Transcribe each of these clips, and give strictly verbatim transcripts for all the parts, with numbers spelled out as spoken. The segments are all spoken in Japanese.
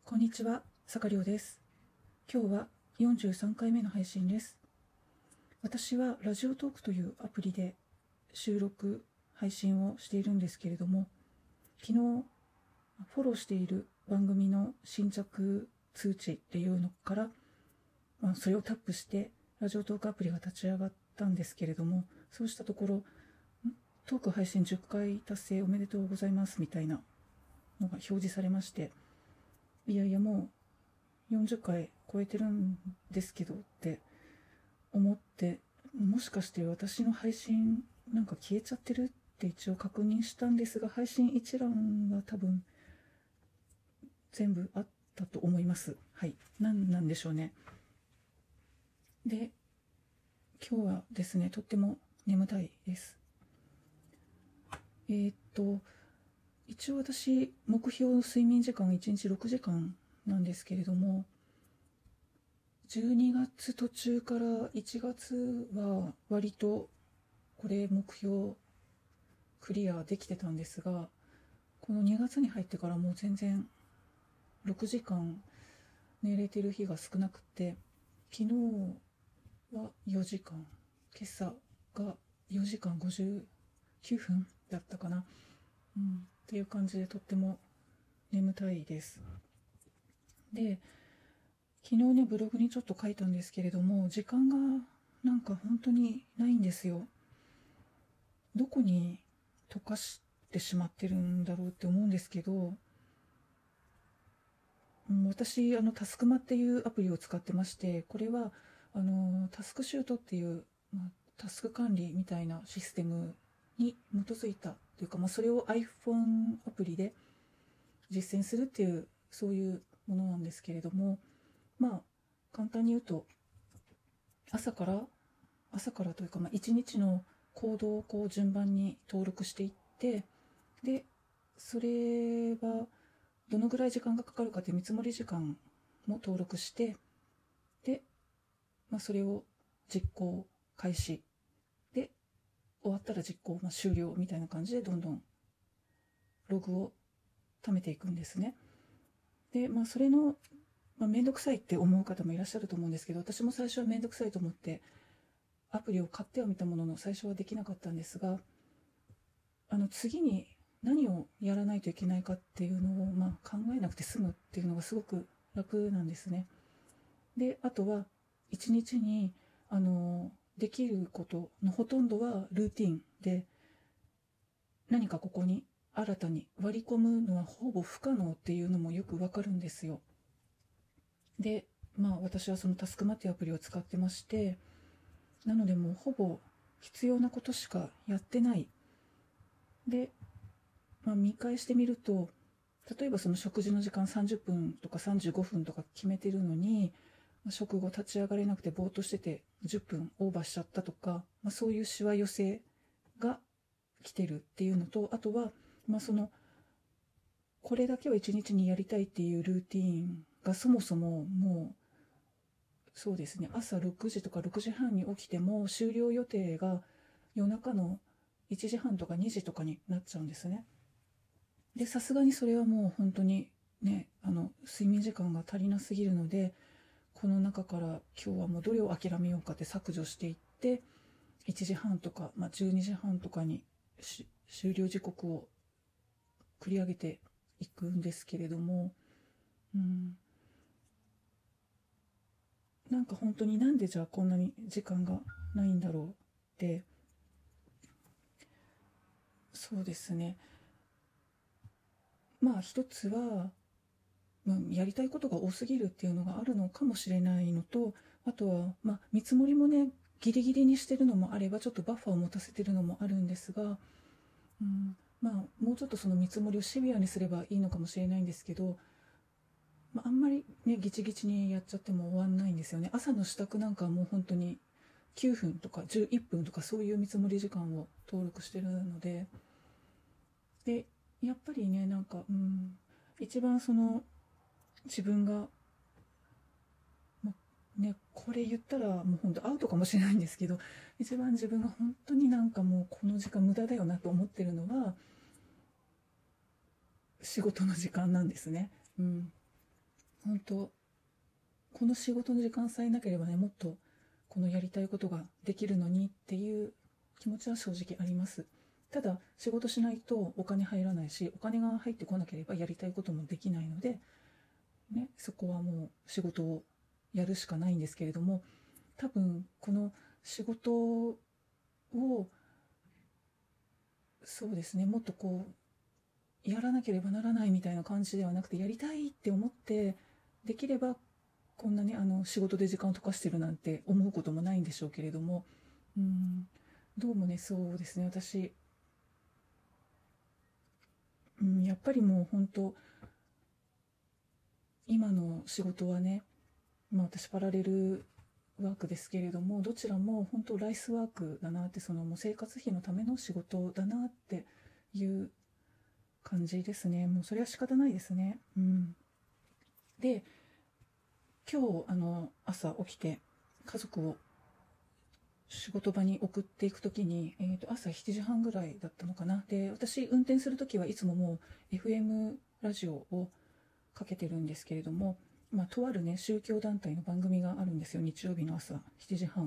こんにちは、坂亮です。今日はよんじゅうさんかいめの配信です。私はラジオトークというアプリで収録、配信をしているんですけれども、昨日フォローしている番組の新着通知っていうのから、まあ、それをタップしてラジオトークアプリが立ち上がったんですけれども、そうしたところ、トーク配信じゅっかい達成おめでとうございますみたいなのが表示されまして、いやいやもうよんじゅっかい超えてるんですけどって思って、もしかして私の配信なんか消えちゃってるって一応確認したんですが、配信一覧は多分全部あったと思います。はい。何なんでしょうね。で、今日はですね、とっても眠たいです。えー、っと、一応私、目標睡眠時間いちにちろくじかんなんですけれども、じゅうにがつ途中からいちがつは割とこれ目標クリアできてたんですが、このにがつに入ってからもう全然ろくじかん寝れてる日が少なくて、昨日はよじかん、今朝がよじかんごじゅうきゅうふんだったかな、うん、っていう感じでとっても眠たいです。で、昨日ねブログにちょっと書いたんですけれども、時間がなんか本当にないんですよ。どこに溶かしてしまってるんだろうって思うんですけど、うん、私あのタスクマっていうアプリを使ってまして、これはあのタスクシュートっていう、まあ、タスク管理みたいなシステムに基づいたというか、まあ、それを iPhone アプリで実践するっていう、そういうものなんですけれども、まあ簡単に言うと、朝から朝からというか、まあ、いちにちの行動をこう順番に登録していって、でそれはどのぐらい時間がかかるかという見積もり時間も登録して、で、まあ、それを実行開始で、終わったら実行、まあ、終了みたいな感じでどんどんログを貯めていくんですね。で、まあ、それの、まあ、めんどくさいって思う方もいらっしゃると思うんですけど、私も最初はめんどくさいと思ってアプリを買ってはみたものの、最初はできなかったんですが、あの次に何をやらないといけないかっていうのを、まあ、考えなくて済むっていうのがすごく楽なんですね。で、あとは一日にあのできることのほとんどはルーティンで、何かここに新たに割り込むのはほぼ不可能っていうのもよくわかるんですよ。で、まあ私はそのタスクマっていうアプリを使ってまして、なのでもうほぼ必要なことしかやってない。で、まあ、見返してみると、例えばその食事の時間さんじゅっぷんとかさんじゅうごふんとか決めてるのに、食後立ち上がれなくてぼーっとしててじゅっぷんオーバーしちゃったとか、まあ、そういうしわ寄せが来てるっていうのと、あとは、まあ、そのこれだけを一日にやりたいっていうルーティーンがそもそももう、そうですね、朝ろくじとかろくじはんに起きても終了予定が夜中のいちじはんとかにじとかになっちゃうんですね。で、さすがにそれはもう本当にね、あの睡眠時間が足りなすぎるので、この中から今日はもうどれを諦めようかって削除していって、いちじはんとか、まあ、じゅうにじはんとかに終了時刻を繰り上げていくんですけれども、うん、なんか本当になんでじゃあこんなに時間がないんだろうって、そうですね、まあ一つは、まあ、やりたいことが多すぎるっていうのがあるのかもしれないのと、あとは、まあ、見積もりもねギリギリにしてるのもあれば、ちょっとバッファーを持たせてるのもあるんですが、うん、まあもうちょっとその見積もりをシビアにすればいいのかもしれないんですけど、まあ、あんまりねギチギチにやっちゃっても終わんないんですよね。朝の支度なんかはもう本当にきゅうふんとかじゅういっぷんとか、そういう見積もり時間を登録してるので、でやっぱりね、なんか、うん、一番その自分が、まね、これ言ったらもう本当アウトかもしれないんですけど、一番自分が本当になんかもうこの時間無駄だよなと思ってるのは仕事の時間なんですね。うん、 本当この仕事の時間さえなければね、もっとこのやりたいことができるのにっていう気持ちは正直あります。ただ仕事しないとお金入らないし、お金が入ってこなければやりたいこともできないので、ね、そこはもう仕事をやるしかないんですけれども、多分この仕事をそうですね、もっとこうやらなければならないみたいな感じではなくて、やりたいって思ってできればこんなにあの仕事で時間を溶かしてるなんて思うこともないんでしょうけれども、うん、どうもね、そうですね、私、うん、やっぱりもう本当今の仕事はね、まあ、私パラレルワークですけれども、どちらも本当ライスワークだなって、そのもう生活費のための仕事だなっていう感じですね。もうそれは仕方ないですね。うん、で今日あの朝起きて家族を仕事場に送っていくときに、えー、と朝しちじはんぐらいだったのかな。で私運転するときはいつももう エフエム ラジオをかけてるんですけれども、まあ、とあるね宗教団体の番組があるんですよ、日曜日の朝しちじはんって。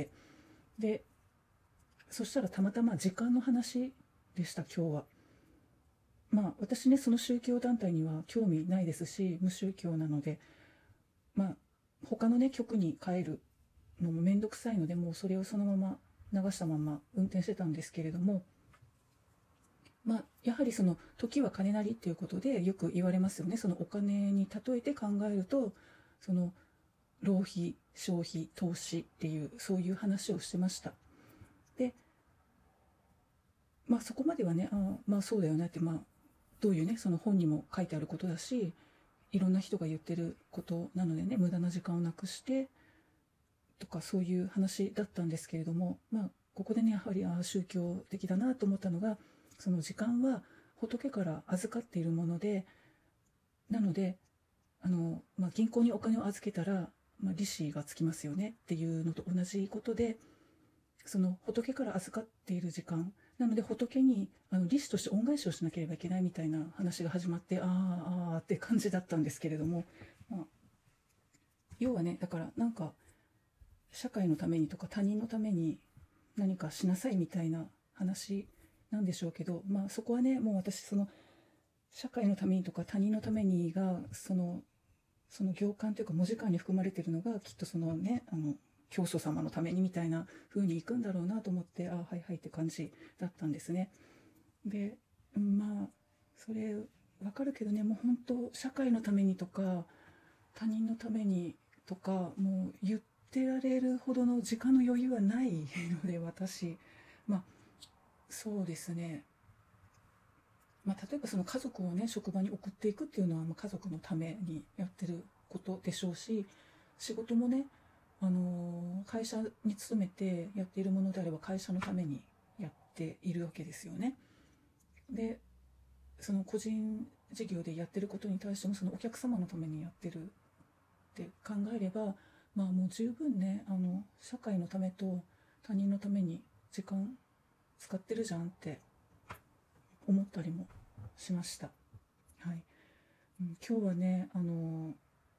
でそしたらたまたま時間の話でした、今日は。まあ私ね、その宗教団体には興味ないですし、無宗教なので、まあ他のね局に帰るのもめんどくさいので、もうそれをそのまま流したまま運転してたんですけれども、まあ、やはりその時は金なりっていうことでよく言われますよね。そのお金に例えて考えると、その浪費、消費、投資っていうそういう話をしてました。で、まあそこまではね、あまあそうだよねって、まあどういうねその本にも書いてあることだし、いろんな人が言ってることなのでね、無駄な時間をなくしてとかそういう話だったんですけれども、まあここでねやはりあ宗教的だなと思ったのが、その時間は仏から預かっているもので、なのであの、まあ、銀行にお金を預けたら、まあ、利子がつきますよねっていうのと同じことで、その仏から預かっている時間なので、仏にあの利子として恩返しをしなければいけないみたいな話が始まって、あーあーって感じだったんですけれども、まあ、要はねだからなんか社会のためにとか他人のために何かしなさいみたいな話なんでしょうけど、まあそこはねもう私その社会のためにとか他人のためにがそのその行間というか文字間に含まれているのが、きっとそのねあの教祖様のためにみたいな風にいくんだろうなと思って、あはいはいって感じだったんですね。でまあそれわかるけどね、もう本当社会のためにとか他人のためにとかもう言ってられるほどの時間の余裕はないので、私まあそうですね、まあ、例えばその家族をね職場に送っていくっていうのは、まあ、家族のためにやってることでしょうし、仕事もね、あのー会社に勤めてやっているものであれば会社のためにやっているわけですよね。でその個人事業でやってることに対しても、そのお客様のためにやってるって考えれば、まあもう十分ねあの社会のためと他人のために時間使ってるじゃんって思ったりもしました。はい、うん、今日はねあの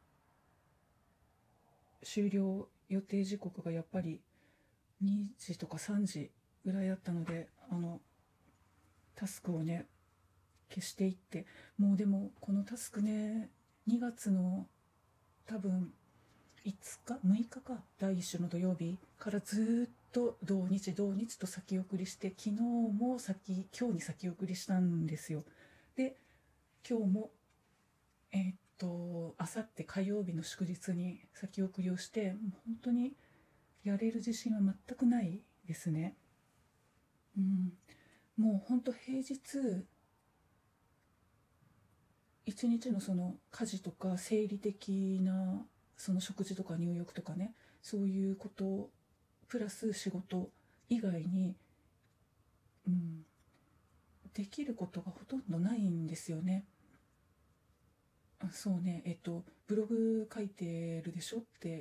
終了予定時刻がやっぱりにじとかさんじぐらいだったので、あのタスクをね消していって、もうでもこのタスクねにがつの多分いつかむいかか、第一週の土曜日からずっと土日土日と先送りして、昨日も先今日に先送りしたんですよ。で今日もえーっとあさって火曜日の祝日に先送りをして、本当にやれる自信は全くないですね。うん、もう本当平日一日のその家事とか生理的なその食事とか入浴とかね、そういうことプラス仕事以外に、うん、できることがほとんどないんですよね。あそうね、えっとブログ書いてるでしょって、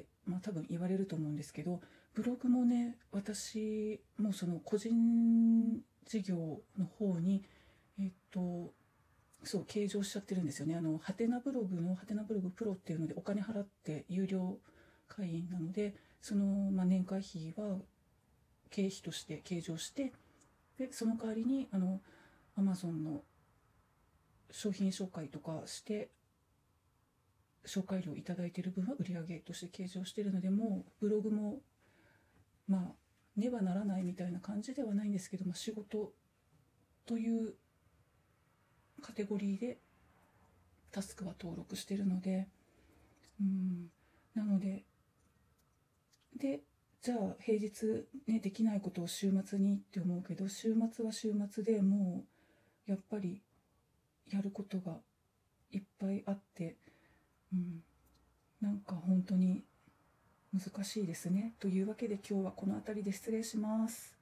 まあ、多分言われると思うんですけど、ブログもね私もうその個人事業の方にえっとそう計上しちゃってるんですよね。あのハテナブログのハテナブログプロっていうのでお金払って有料会員なので、その、まあ、年会費は経費として計上して、でその代わりにあの Amazon の商品紹介とかして紹介料いただいている分は売上として計上しているので、もうブログもまあねばならないみたいな感じではないんですけども、仕事というカテゴリーでタスクは登録しているので、うんなのででじゃあ平日ねできないことを週末にって思うけど、週末は週末でもうやっぱりやることがいっぱいあって、うん、なんか本当に難しいですね。というわけで今日はこの辺りで失礼します。